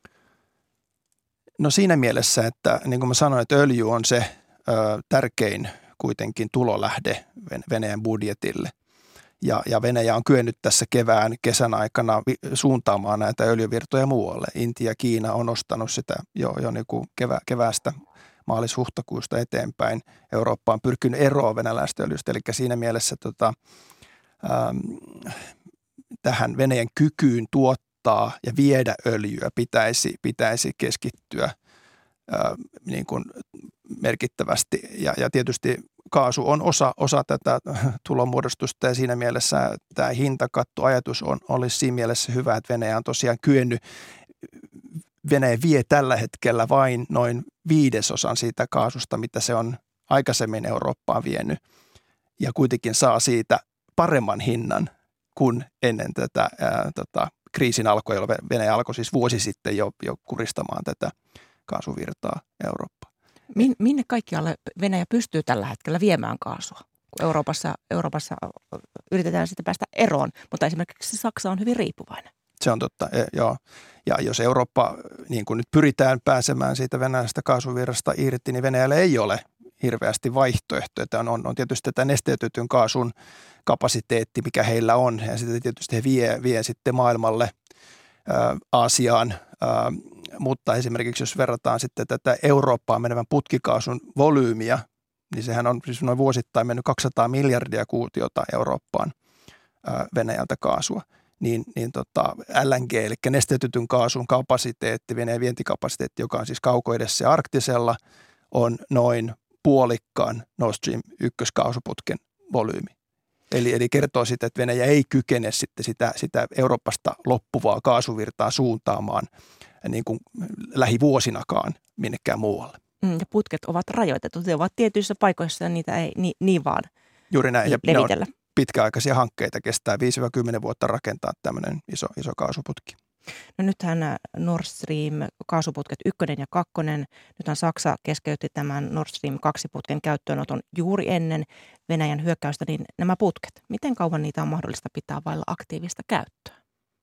No siinä mielessä, että niin kuin mä sanoin, että öljy on se tärkein kuitenkin tulolähde Venäjän budjetille. Ja Venäjä on kyennyt tässä kesän aikana suuntaamaan näitä öljyvirtoja muualle. Intia ja Kiina on ostanut sitä jo niin kuin keväästä maalis-huhtikuusta eteenpäin. Eurooppa on pyrkinyt eroon venäläistä öljystä, eli siinä mielessä tähän Venäjän kykyyn tuottaa ja viedä öljyä pitäisi keskittyä niin kuin merkittävästi. Ja tietysti kaasu on osa tätä tulonmuodostusta, ja siinä mielessä tämä hintakattoajatus olisi siinä mielessä hyvä, että Venäjä on tosiaan kyennyt. Venäjä vie tällä hetkellä vain noin 5% siitä kaasusta, mitä se on aikaisemmin Eurooppaan vienyt, ja kuitenkin saa siitä paremman hinnan kuin ennen tätä kriisin alkoi, jolloin Venäjä alkoi siis vuosi sitten jo kuristamaan tätä kaasuvirtaa Eurooppaan. Minne kaikkialle Venäjä pystyy tällä hetkellä viemään kaasua? Kun Euroopassa yritetään sitä päästä eroon, mutta esimerkiksi Saksa on hyvin riippuvainen. Se on totta, joo. Ja jos Eurooppa, niin kuin nyt pyritään pääsemään siitä venäläisestä kaasuvirrasta irti, niin Venäjällä ei ole hirveästi vaihtoehtoja. On tietysti tämä nesteytetyn kaasun kapasiteetti, mikä heillä on, ja sitten tietysti he vie sitten maailmalle, Aasiaan, mutta esimerkiksi jos verrataan sitten tätä Eurooppaan menevän putkikaasun volyymiä, niin sehän on siis noin vuosittain mennyt 200 miljardia kuutiota Eurooppaan Venäjältä kaasua. Niin LNG, eli nesteytetyn kaasun kapasiteetti, Venäjän vientikapasiteetti, joka on siis kaukoidessa ja arktisella, on noin puolikkaan Nord Stream 1-kaasuputken volyymi. Eli kertoo sitä, että Venäjä ei kykene sitten sitä Euroopasta loppuvaa kaasuvirtaa suuntaamaan niin kuin lähivuosinakaan minnekään muualle. Ja putket ovat rajoitetut. Ne ovat tietyissä paikoissa ja niitä ei niin vaan juuri näin. Ja levitellä. Ne on pitkäaikaisia hankkeita, kestää 5-10 vuotta rakentaa tämmöinen iso kaasuputki. No nythän Nord Stream kaasuputket 1 ja 2, nythän Saksa keskeytti tämän Nord Stream 2-putken käyttöönoton juuri ennen Venäjän hyökkäystä, niin nämä putket, miten kauan niitä on mahdollista pitää vailla aktiivista käyttöä?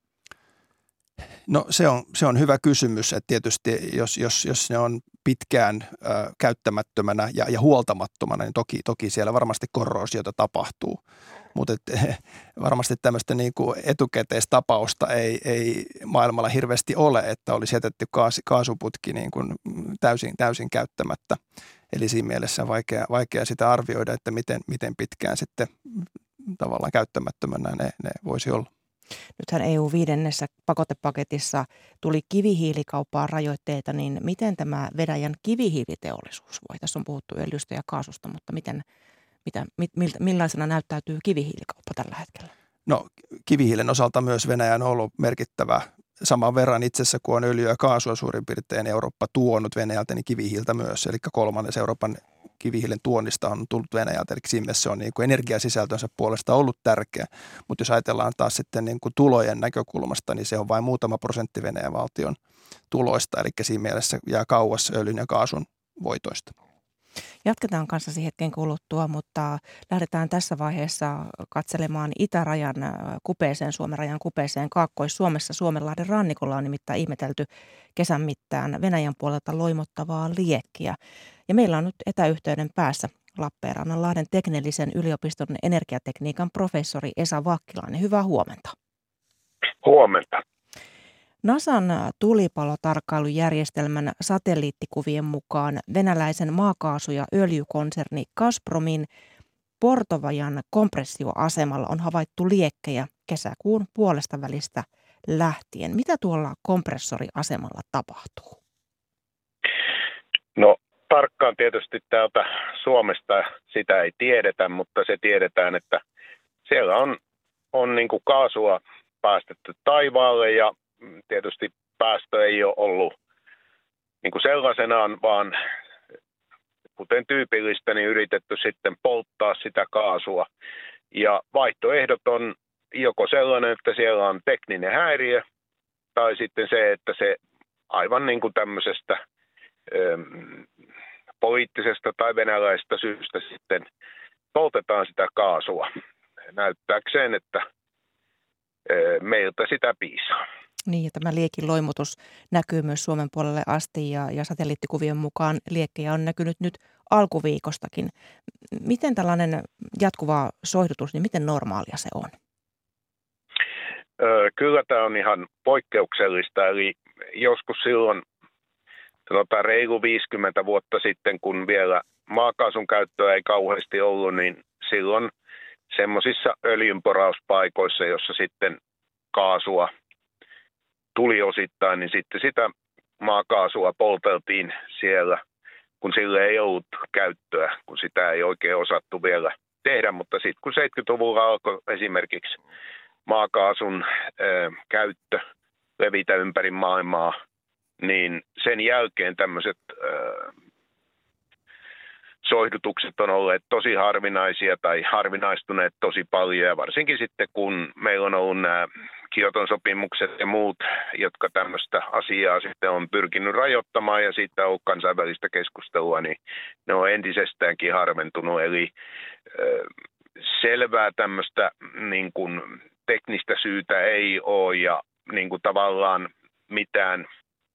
No se on hyvä kysymys, että tietysti jos ne on pitkään käyttämättömänä ja huoltamattomana, niin toki siellä varmasti korroosiota tapahtuu. Mutta varmasti tämmöistä niin kuin etukäteistapausta ei maailmalla hirveästi ole, että olisi jätetty kaasuputki niin kuin täysin käyttämättä. Eli siinä mielessä on vaikea sitä arvioida, että miten pitkään sitten tavallaan käyttämättömänä ne voisi olla. Nythän EU 5. pakotepaketissa tuli kivihiilikauppaan rajoitteita, niin miten tämä Venäjän kivihiiliteollisuus voi? Tässä on puhuttu öljystä ja kaasusta, mutta millaisena näyttäytyy kivihiilikauppa tällä hetkellä? No kivihiilen osalta myös Venäjä on ollut merkittävä. Saman verran itse asiassa, kun on öljyä ja kaasua suurin piirtein Eurooppa tuonut Venäjältä, niin kivihiiltä myös. Eli 1/3 Euroopan kivihiilen tuonnista on tullut Venäjältä. Eli siinä se on niin kuin energiasisältönsä puolesta ollut tärkeä. Mutta jos ajatellaan taas sitten niin kuin tulojen näkökulmasta, niin se on vain muutama prosentti Venäjän valtion tuloista. Eli siinä mielessä jää kauas öljyn ja kaasun voitoista. Jatketaan kanssasi hetken kuluttua, mutta lähdetään tässä vaiheessa katselemaan itärajan kupeeseen, Suomen rajan kupeeseen Kaakkois-Suomessa. Suomenlahden rannikolla on nimittäin ihmetelty kesän mittaan Venäjän puolelta loimottavaa liekkiä. Ja meillä on nyt etäyhteyden päässä Lappeenrannan-Lahden teknillisen yliopiston energiatekniikan professori Esa Vakkilainen. Hyvää huomenta. Huomenta. NASAn tulipalotarkkailujärjestelmän satelliittikuvien mukaan venäläisen maakaasu- ja öljykonserni Gazpromin Portovajan kompressioasemalla on havaittu liekkejä kesäkuun puolesta välistä lähtien. Mitä tuolla kompressoriasemalla tapahtuu? No tarkkaan tietysti täältä Suomesta sitä ei tiedetä, mutta se tiedetään, että siellä on niin kuin kaasua päästetty taivaalle ja tietysti päästö ei ole ollut niin kuin sellaisenaan, vaan kuten tyypillistä, niin yritetty sitten polttaa sitä kaasua. Ja vaihtoehdot on joko sellainen, että siellä on tekninen häiriö, tai sitten se, että se aivan niin kuin tämmöisestä poliittisesta tai venäläisestä syystä sitten poltetaan sitä kaasua näyttääkseen, että meiltä sitä piisaa. Niin, ja tämä liekin loimutus näkyy myös Suomen puolelle asti ja satelliittikuvien mukaan liekkejä on näkynyt nyt alkuviikostakin. Miten tällainen jatkuva soihdutus, niin miten normaalia se on? Kyllä tämä on ihan poikkeuksellista, eli joskus silloin sanotaan reilu 50 vuotta sitten, kun vielä maakaasun käyttöä ei kauheasti ollut, niin silloin semmoisissa öljynporauspaikoissa, jossa sitten kaasua tuli osittain, niin sitten sitä maakaasua polteltiin siellä, kun sille ei ollut käyttöä, kun sitä ei oikein osattu vielä tehdä. Mutta sitten kun 70-luvulla alkoi esimerkiksi maakaasun käyttö levitä ympäri maailmaa, niin sen jälkeen tämmöiset soihdutukset on olleet tosi harvinaisia tai harvinaistuneet tosi paljon. Ja varsinkin sitten, kun meillä on ollut nämä Kioton sopimukset ja muut, jotka tämmöistä asiaa sitten on pyrkinyt rajoittamaan ja siitä on kansainvälistä keskustelua, niin ne on entisestäänkin harventunut. Eli selvää tämmöistä niin kuin teknistä syytä ei ole ja niin kuin tavallaan mitään,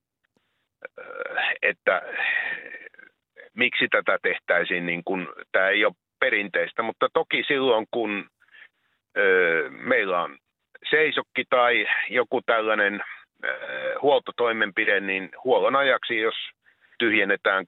että miksi tätä tehtäisiin, niin kuin, tämä ei ole perinteistä, mutta toki silloin kun meillä on seisokki tai joku tällainen huoltotoimenpide, niin huollon ajaksi, jos tyhjennetään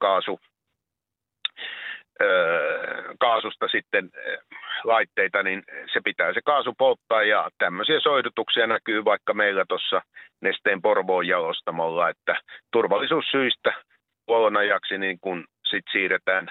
kaasusta sitten laitteita, niin se pitää se kaasu polttaa ja tämmöisiä soihdutuksia näkyy vaikka meillä tuossa Nesteen Porvoon jalostamolla, että turvallisuussyistä huollon ajaksi niin kun sit siirretään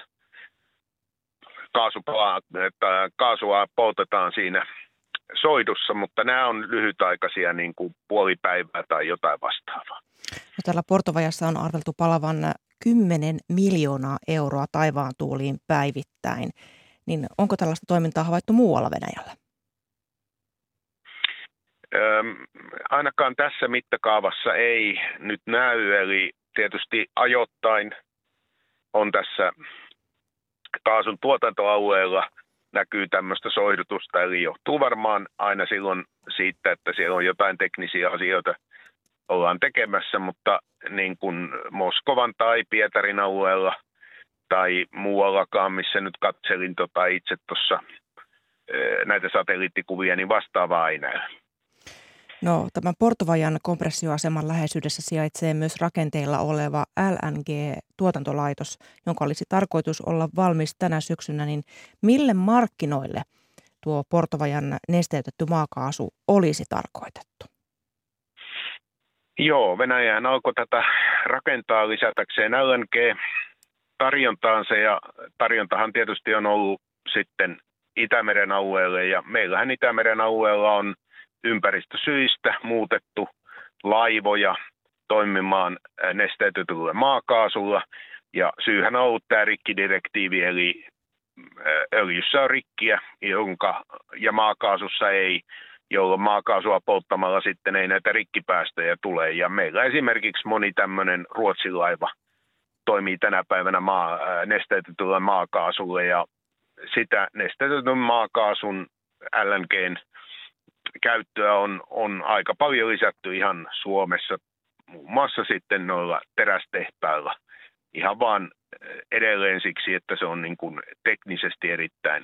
kaasua poltetaan siinä soihdussa, mutta nämä on lyhytaikaisia niin kuin puoli päivää tai jotain vastaavaa. No, täällä Portovajassa on arveltu palavan 10 miljoonaa euroa taivaan tuuliin päivittäin. Niin onko tällaista toimintaa havaittu muualla Venäjällä? Ainakaan tässä mittakaavassa ei nyt näy, eli tietysti ajoittain on tässä kaasun tuotantoalueella näkyy tämmöistä soihdutusta, eli johtuu varmaan aina silloin siitä, että siellä on jotain teknisiä asioita ollaan tekemässä, mutta niin kuin Moskovan tai Pietarin alueella tai muuallakaan, missä nyt katselin itse tuossa näitä satelliittikuvia, niin vastaavaa ei näy. No, tämän Portovajan kompressioaseman läheisyydessä sijaitsee myös rakenteilla oleva LNG-tuotantolaitos, jonka olisi tarkoitus olla valmis tänä syksynä. Niin mille markkinoille tuo Portovajan nesteytetty maakaasu olisi tarkoitettu? Joo, Venäjähän alkoi tätä rakentaa lisätäkseen LNG-tarjontaansa ja tarjontahan tietysti on ollut sitten Itämeren alueelle ja meillähän Itämeren alueella on ympäristösyistä muutettu laivoja toimimaan nesteytetyllä maakaasulla ja syyhän on ollut tämä rikkidirektiivi eli öljyssä on rikkiä ja maakaasussa ei, jolloin maakaasua polttamalla sitten ei näitä rikkipäästöjä tule. Ja meillä esimerkiksi moni tämmöinen Ruotsin laiva toimii tänä päivänä nesteytetyllä maakaasulla ja sitä nesteytetyn maakaasun LNGn käyttöä on aika paljon lisätty ihan Suomessa, muun muassa sitten noilla terästehtailla. Ihan vaan edelleen siksi, että se on niin kuin teknisesti erittäin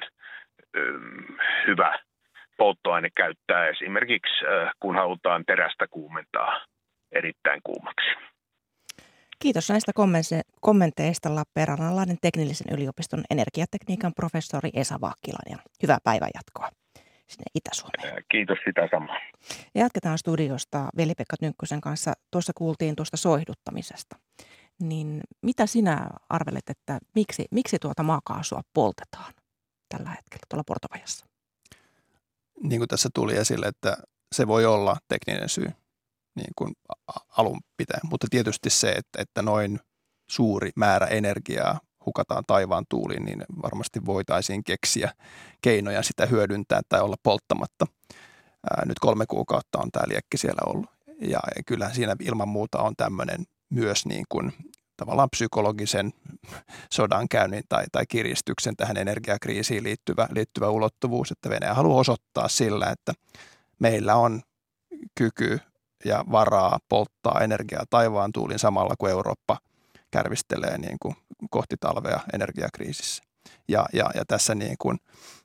hyvä polttoaine käyttää esimerkiksi, kun halutaan terästä kuumentaa erittäin kuumaksi. Kiitos näistä kommenteista Lappeenrannan teknillisen yliopiston energiatekniikan professori Esa Vaakkilainen. Hyvää päivänjatkoa sinne Itä-Suomeen. Kiitos sitä samaa. Jatketaan studiosta Veli-Pekka Tynkkysen kanssa. Tuossa kuultiin tuosta soihduttamisesta. Niin mitä sinä arvelet, että miksi tuota maakaasua poltetaan tällä hetkellä tuolla Portovajassa? Niin kuin tässä tuli esille, että se voi olla tekninen syy niin kuin alun pitäen, mutta tietysti se, että noin suuri määrä energiaa hukataan taivaan tuuliin, niin varmasti voitaisiin keksiä keinoja sitä hyödyntää tai olla polttamatta. Nyt 3 kuukautta on tämä liekki siellä ollut ja kyllä siinä ilman muuta on tämmöinen myös niin kuin tavallaan psykologisen sodankäynnin tai kiristyksen tähän energiakriisiin liittyvä ulottuvuus, että Venäjä haluaa osoittaa sillä, että meillä on kyky ja varaa polttaa energiaa taivaan tuulin samalla, kun Eurooppa kärvistelee niin kuin kohti talvea energiakriisissä. Ja tässä niin kuin,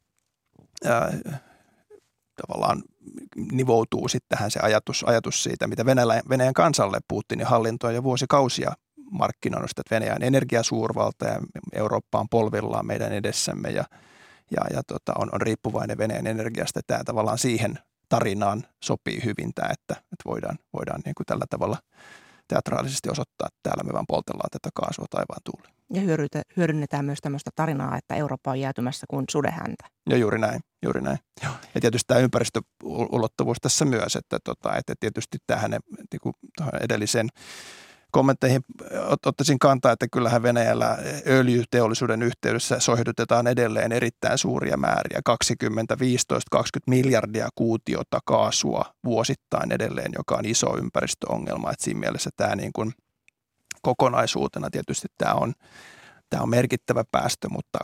tavallaan nivoutuu sitten tähän se ajatus siitä, mitä Venäjän kansalle Putinin hallinto on jo vuosikausia markkinoinut, että Venäjä on energiasuurvalta ja Eurooppa on polvillaan meidän edessämme ja on riippuvainen Venäjän energiasta. Tämä tavallaan siihen tarinaan sopii hyvin tämä, että voidaan niin kuin tällä tavalla teatraalisesti osoittaa, että täällä me vaan poltellaan tätä kaasua taivaan tuuliin. Ja hyödynnetään myös tämmöistä tarinaa, että Eurooppa on jäätymässä kuin sudenhäntä. Ja juuri näin. Joo. Ja tietysti tämä ympäristöulottuvuus tässä myös, että tietysti tähän edelliseen kommentteihin ottaisin kantaa, että kyllähän Venäjällä öljyteollisuuden yhteydessä soihdutetaan edelleen erittäin suuria määriä, 15-20 miljardia kuutiota kaasua vuosittain edelleen, joka on iso ympäristöongelma. Et siinä mielessä tämä niin kuin kokonaisuutena tietysti tämä on merkittävä päästö, mutta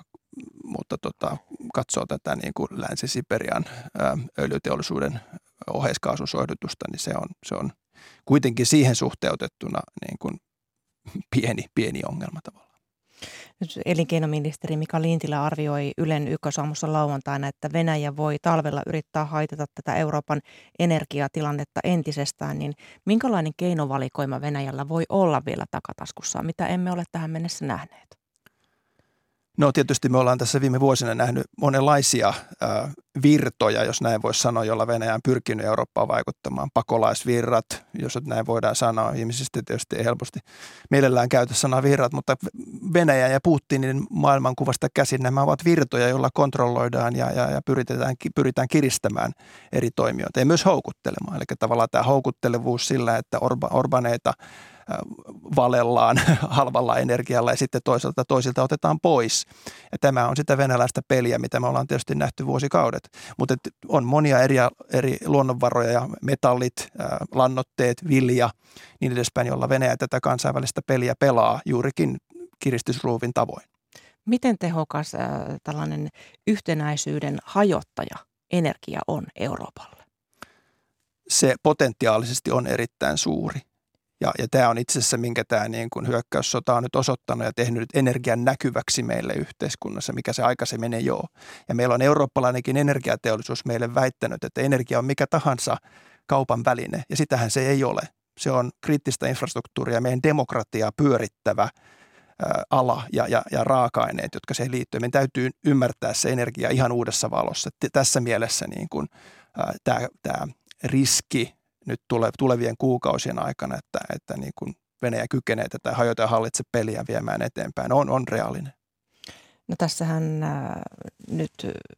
katsoo tätä niin kuin Länsi-Siperian öljyteollisuuden oheiskaasun soihdutusta, niin se on kuitenkin siihen suhteutettuna niin kuin pieni ongelma tavallaan. Nyt elinkeinoministeri Mika Lintilä arvioi Ylen Ykkösaamussa lauantaina, että Venäjä voi talvella yrittää haitata tätä Euroopan energiatilannetta entisestään, niin minkälainen keinovalikoima Venäjällä voi olla vielä takataskussaan, mitä emme ole tähän mennessä nähneet? No tietysti me ollaan tässä viime vuosina nähnyt monenlaisia virtoja, jos näin voisi sanoa, jolla Venäjä on pyrkinyt Eurooppaan vaikuttamaan. Pakolaisvirrat, jos näin voidaan sanoa. Ihmisistä tietysti ei helposti mielellään käytä sanaa virrat, mutta Venäjä ja Putinin maailmankuvasta käsin nämä ovat virtoja, joilla kontrolloidaan ja pyritään kiristämään eri toimijoita ja myös houkuttelemaan. Eli tavallaan tämä houkuttelevuus sillä, että Orbaneita valellaan halvalla energialla ja sitten toisilta otetaan pois. Ja tämä on sitä venäläistä peliä, mitä me ollaan tietysti nähty vuosikaudet. Mutta on monia eri luonnonvaroja ja metallit, lannoitteet, vilja, niin edespäin, jolla Venäjä tätä kansainvälistä peliä pelaa juurikin kiristysruuvin tavoin. Miten tehokas tällainen yhtenäisyyden hajottaja energia on Euroopalle? Se potentiaalisesti on erittäin suuri. Ja tämä on itse asiassa, minkä tämä niin kuin hyökkäyssota on nyt osoittanut ja tehnyt energian näkyväksi meille yhteiskunnassa, mikä se aikaisemmin ei ole. Ja meillä on eurooppalainenkin energiateollisuus meille väittänyt, että energia on mikä tahansa kaupan väline, ja sitähän se ei ole. Se on kriittistä infrastruktuuria, meidän demokratiaa pyörittävä ala ja raaka-aineet, jotka siihen liittyy. Meidän täytyy ymmärtää se energia ihan uudessa valossa. Tässä mielessä niin kuin, tämä riski nyt tulevien kuukausien aikana, että niin kuin Venäjä kykenee tätä hajota ja hallitse peliä viemään eteenpäin, on reaalinen. No tässähän nyt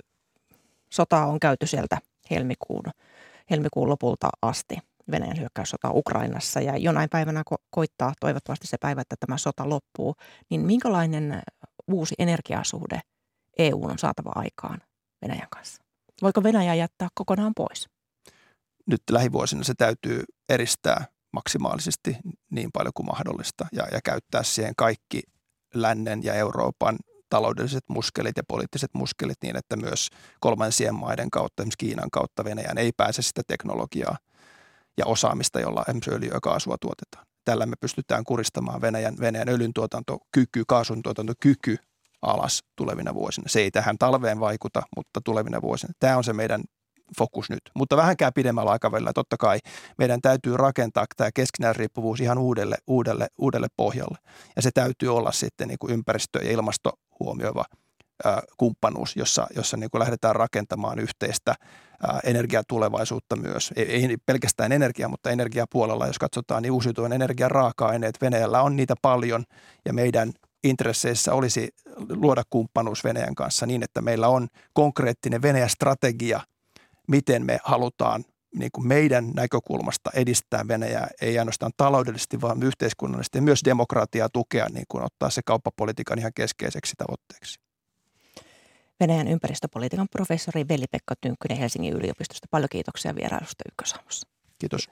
sota on käyty sieltä helmikuun lopulta asti, Venäjän hyökkäyssota Ukrainassa, ja jonain päivänä koittaa toivottavasti se päivä, että tämä sota loppuu, niin minkälainen uusi energiasuhde EU on saatava aikaan Venäjän kanssa? Voiko Venäjä jättää kokonaan pois? Nyt lähivuosina se täytyy eristää maksimaalisesti niin paljon kuin mahdollista ja käyttää siihen kaikki lännen ja Euroopan taloudelliset muskelit ja poliittiset muskelit niin, että myös kolmansien maiden kautta, esimerkiksi Kiinan kautta Venäjän ei pääse sitä teknologiaa ja osaamista, jolla esimerkiksi öljyä ja kaasua tuotetaan. Tällä me pystytään kuristamaan Venäjän öljyntuotantokyky, kaasuntuotantokyky alas tulevina vuosina. Se ei tähän talveen vaikuta, mutta tulevina vuosina. Tämä on se meidän fokus nyt, mutta vähänkään pidemmällä aikavälillä totta kai meidän täytyy rakentaa tämä keskinäisriippuvuus ihan uudelle pohjalle. Ja se täytyy olla sitten niin kuin ympäristö- ja ilmasto huomioiva kumppanuus, jossa niin kuin lähdetään rakentamaan yhteistä energiatulevaisuutta myös. Ei pelkästään energia, mutta energiapuolella, jos katsotaan, niin uusiutuvan energian raaka-aineet Venäjällä on niitä paljon ja meidän intresseissä olisi luoda kumppanuus Venäjän kanssa niin, että meillä on konkreettinen Venäjä-strategia, miten me halutaan niin kuin meidän näkökulmasta edistää Venäjää, ei ainoastaan taloudellisesti, vaan yhteiskunnallisesti ja myös demokratiaa tukea, niin kuin ottaa se kauppapolitiikan ihan keskeiseksi tavoitteeksi. Venäjän ympäristöpolitiikan professori Veli-Pekka Tynkkynen Helsingin yliopistosta. Paljon kiitoksia vierailusta Ykkösaamussa. Kiitos.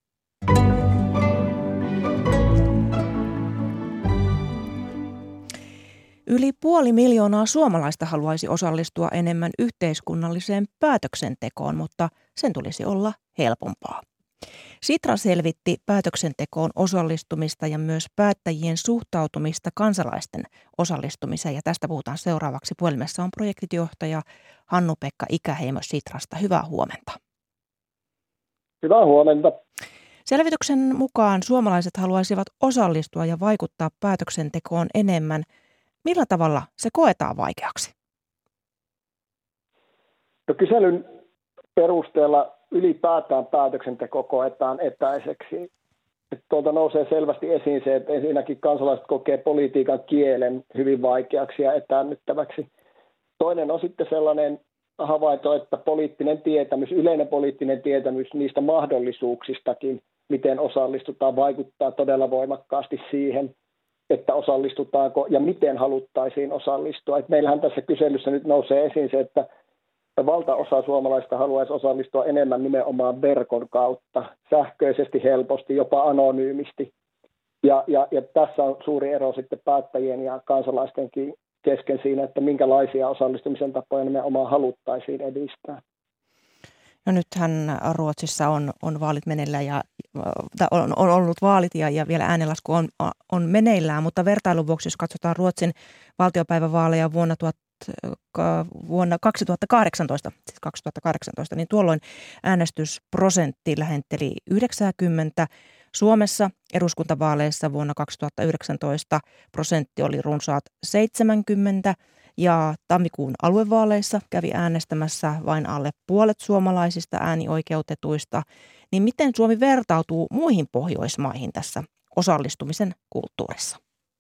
Yli 500,000 suomalaista haluaisi osallistua enemmän yhteiskunnalliseen päätöksentekoon, mutta sen tulisi olla helpompaa. Sitra selvitti päätöksentekoon osallistumista ja myös päättäjien suhtautumista kansalaisten osallistumiseen. Ja tästä puhutaan seuraavaksi. Puhelimessa on projektijohtaja Hannu-Pekka Ikäheimo Sitrasta. Hyvää huomenta. Hyvää huomenta. Selvityksen mukaan suomalaiset haluaisivat osallistua ja vaikuttaa päätöksentekoon enemmän. Millä tavalla se koetaan vaikeaksi? No, kyselyn perusteella ylipäätään päätöksenteko koetaan etäiseksi. Tuolta nousee selvästi esiin se, että ensinnäkin kansalaiset kokee politiikan kielen hyvin vaikeaksi ja etäännyttäväksi. Toinen on sitten sellainen havainto, että poliittinen tietämys, yleinen poliittinen tietämys niistä mahdollisuuksistakin, miten osallistutaan, vaikuttaa todella voimakkaasti siihen, että osallistutaanko ja miten haluttaisiin osallistua. Et meillähän tässä kyselyssä nyt nousee esiin se, että valtaosa suomalaista haluaisi osallistua enemmän nimenomaan verkon kautta, sähköisesti, helposti, jopa anonyymisti. Ja tässä on suuri ero sitten päättäjien ja kansalaistenkin kesken siinä, että minkälaisia osallistumisen tapoja nimenomaan haluttaisiin edistää. No nythän Ruotsissa on vaalit meneillään ja on ollut vaalit ja vielä äänenlasku on meneillään, mutta vertailun vuoksi, jos katsotaan Ruotsin valtiopäivävaaleja vuonna 2018, niin tuolloin äänestysprosentti lähenteli 90. Suomessa eduskuntavaaleissa vuonna 2019 prosentti oli runsaat 70 ja tammikuun aluevaaleissa kävi äänestämässä vain alle puolet suomalaisista äänioikeutetuista. Niin miten Suomi vertautuu muihin Pohjoismaihin tässä osallistumisen kulttuurissa?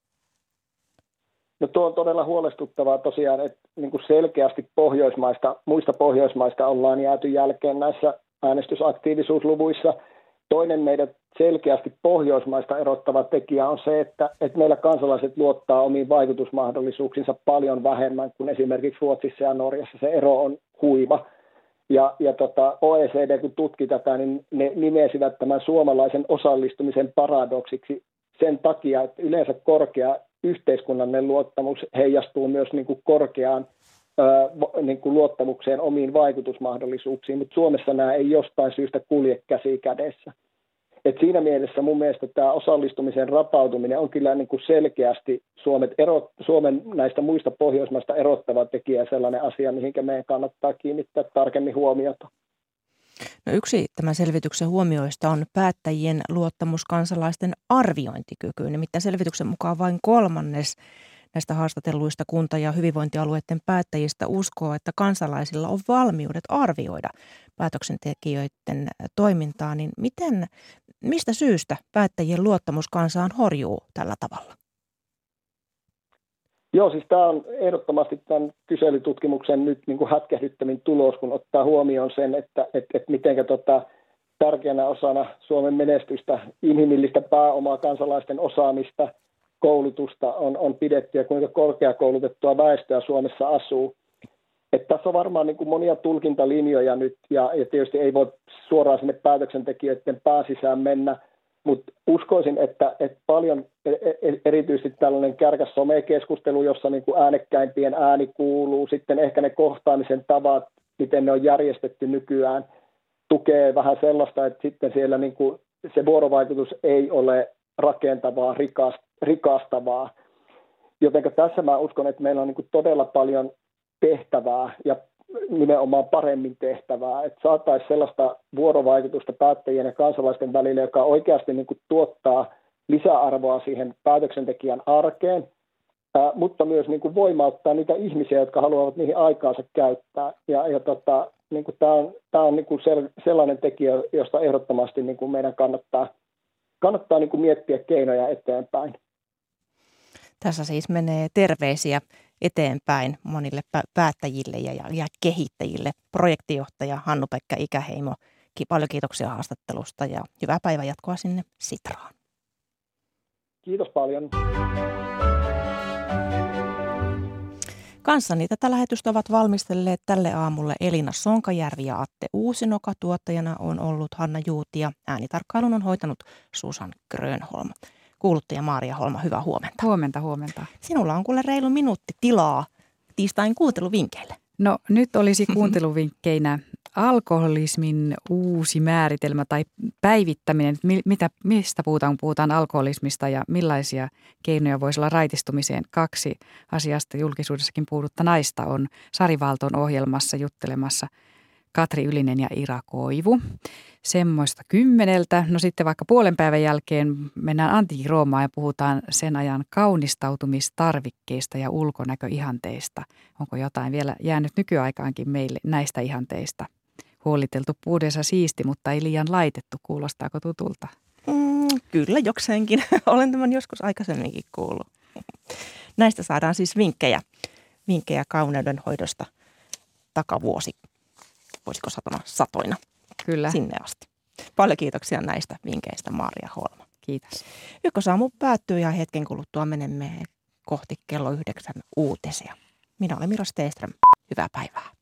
No tuo on todella huolestuttavaa tosiaan, että niin kuin selkeästi muista Pohjoismaista ollaan jääty jälkeen näissä äänestysaktiivisuusluvuissa. Toinen meidät selkeästi Pohjoismaista erottava tekijä on se, että meillä kansalaiset luottaa omiin vaikutusmahdollisuuksiinsa paljon vähemmän kuin esimerkiksi Ruotsissa ja Norjassa. Se ero on huiva. Ja OECD, kun tutki tätä, niin ne nimesivät tämän suomalaisen osallistumisen paradoksiksi sen takia, että yleensä korkea yhteiskunnallinen luottamus heijastuu myös niin kuin korkeaan niin kuin luottamukseen omiin vaikutusmahdollisuuksiin, mutta Suomessa nämä ei jostain syystä kulje käsi kädessä. Et siinä mielessä mun mielestä tämä osallistumisen rapautuminen on kyllä niin kuin selkeästi Suomen näistä muista Pohjoismaista erottava tekijä, sellainen asia, mihinkä meidän kannattaa kiinnittää tarkemmin huomiota. No yksi tämän selvityksen huomioista on päättäjien luottamus kansalaisten arviointikykyyn. Nimittäin selvityksen mukaan vain kolmannes näistä haastatelluista kunta- ja hyvinvointialueiden päättäjistä uskoo, että kansalaisilla on valmiudet arvioida päätöksentekijöiden toimintaa. Niin mistä syystä päättäjien luottamus kansaan horjuu tällä tavalla? Joo, siis tämä on ehdottomasti tämän kyselytutkimuksen nyt niin kuin hätkähdyttävin tulos, kun ottaa huomioon sen, että mitenkä tärkeänä osana Suomen menestystä, inhimillistä pääomaa, kansalaisten osaamista, koulutusta on pidetty ja kuinka korkeakoulutettua väestöä Suomessa asuu. Että tässä on varmaan niin kuin monia tulkintalinjoja nyt ja tietysti ei voi suoraan sinne päätöksentekijöiden pääsisään mennä, mutta uskoisin, että paljon erityisesti tällainen kärkäs somekeskustelu, jossa niin kuin äänekkäimpien ääni kuuluu, sitten ehkä ne kohtaamisen tavat, miten ne on järjestetty nykyään, tukee vähän sellaista, että sitten siellä niin kuin se vuorovaikutus ei ole rakentavaa, rikastavaa. Joten tässä mä uskon, että meillä on niin kuin todella paljon tehtävää ja nimenomaan paremmin tehtävää, että saataisiin sellaista vuorovaikutusta päättäjien ja kansalaisten välillä, joka oikeasti niin kuin tuottaa lisäarvoa siihen päätöksentekijän arkeen, mutta myös niin kuin voimauttaa niitä ihmisiä, jotka haluavat niihin aikaansa käyttää. Niin kuin tämä on niin kuin sellainen tekijä, josta ehdottomasti niin kuin meidän kannattaa niin kuin miettiä keinoja eteenpäin. Tässä siis menee terveisiä eteenpäin monille päättäjille ja kehittäjille. Projektijohtaja Hannu-Pekka Ikäheimo, paljon kiitoksia haastattelusta ja hyvää päivänjatkoa sinne Sitraan. Kiitos paljon. Kanssani tätä lähetystä ovat valmistelleet tälle aamulle Elina Sonkajärvi ja Atte Uusinoka. Tuottajana on ollut Hanna Juuti ja äänitarkkailun on hoitanut Susan Grönholm. Kuuluttaja Maaria Holma, hyvää huomenta. Huomenta. Sinulla on kuule reilu minuutti tilaa tiistain kuunteluvinkkeille. No nyt olisi kuunteluvinkkeinä alkoholismin uusi määritelmä tai päivittäminen. Mistä puhutaan, kun puhutaan alkoholismista ja millaisia keinoja voisi olla raitistumiseen. 2 asiasta julkisuudessakin puhuttu naista on Sari Valton ohjelmassa juttelemassa Katri Ylinen ja Ira Koivu. Semmoista 10. No sitten vaikka puolen päivän jälkeen mennään antiikiroomaan ja puhutaan sen ajan kaunistautumistarvikkeista ja ulkonäköihanteista. Onko jotain vielä jäänyt nykyaikaankin meille näistä ihanteista? Huoliteltu puudensa siisti, mutta ei liian laitettu. Kuulostaako tutulta? Kyllä jokseenkin. Olen tämän joskus aikaisemminkin kuullut. Näistä saadaan siis vinkkejä kauneudenhoidosta takavuosi, voisiko sanoa satoina. Kyllä. Sinne asti. Paljon kiitoksia näistä vinkkeistä, Maria Holma. Kiitos. Ykkösaamu päättyy ja hetken kuluttua menemme kohti kello 9 uutisia. Minä olen Miro Steeström. Hyvää päivää.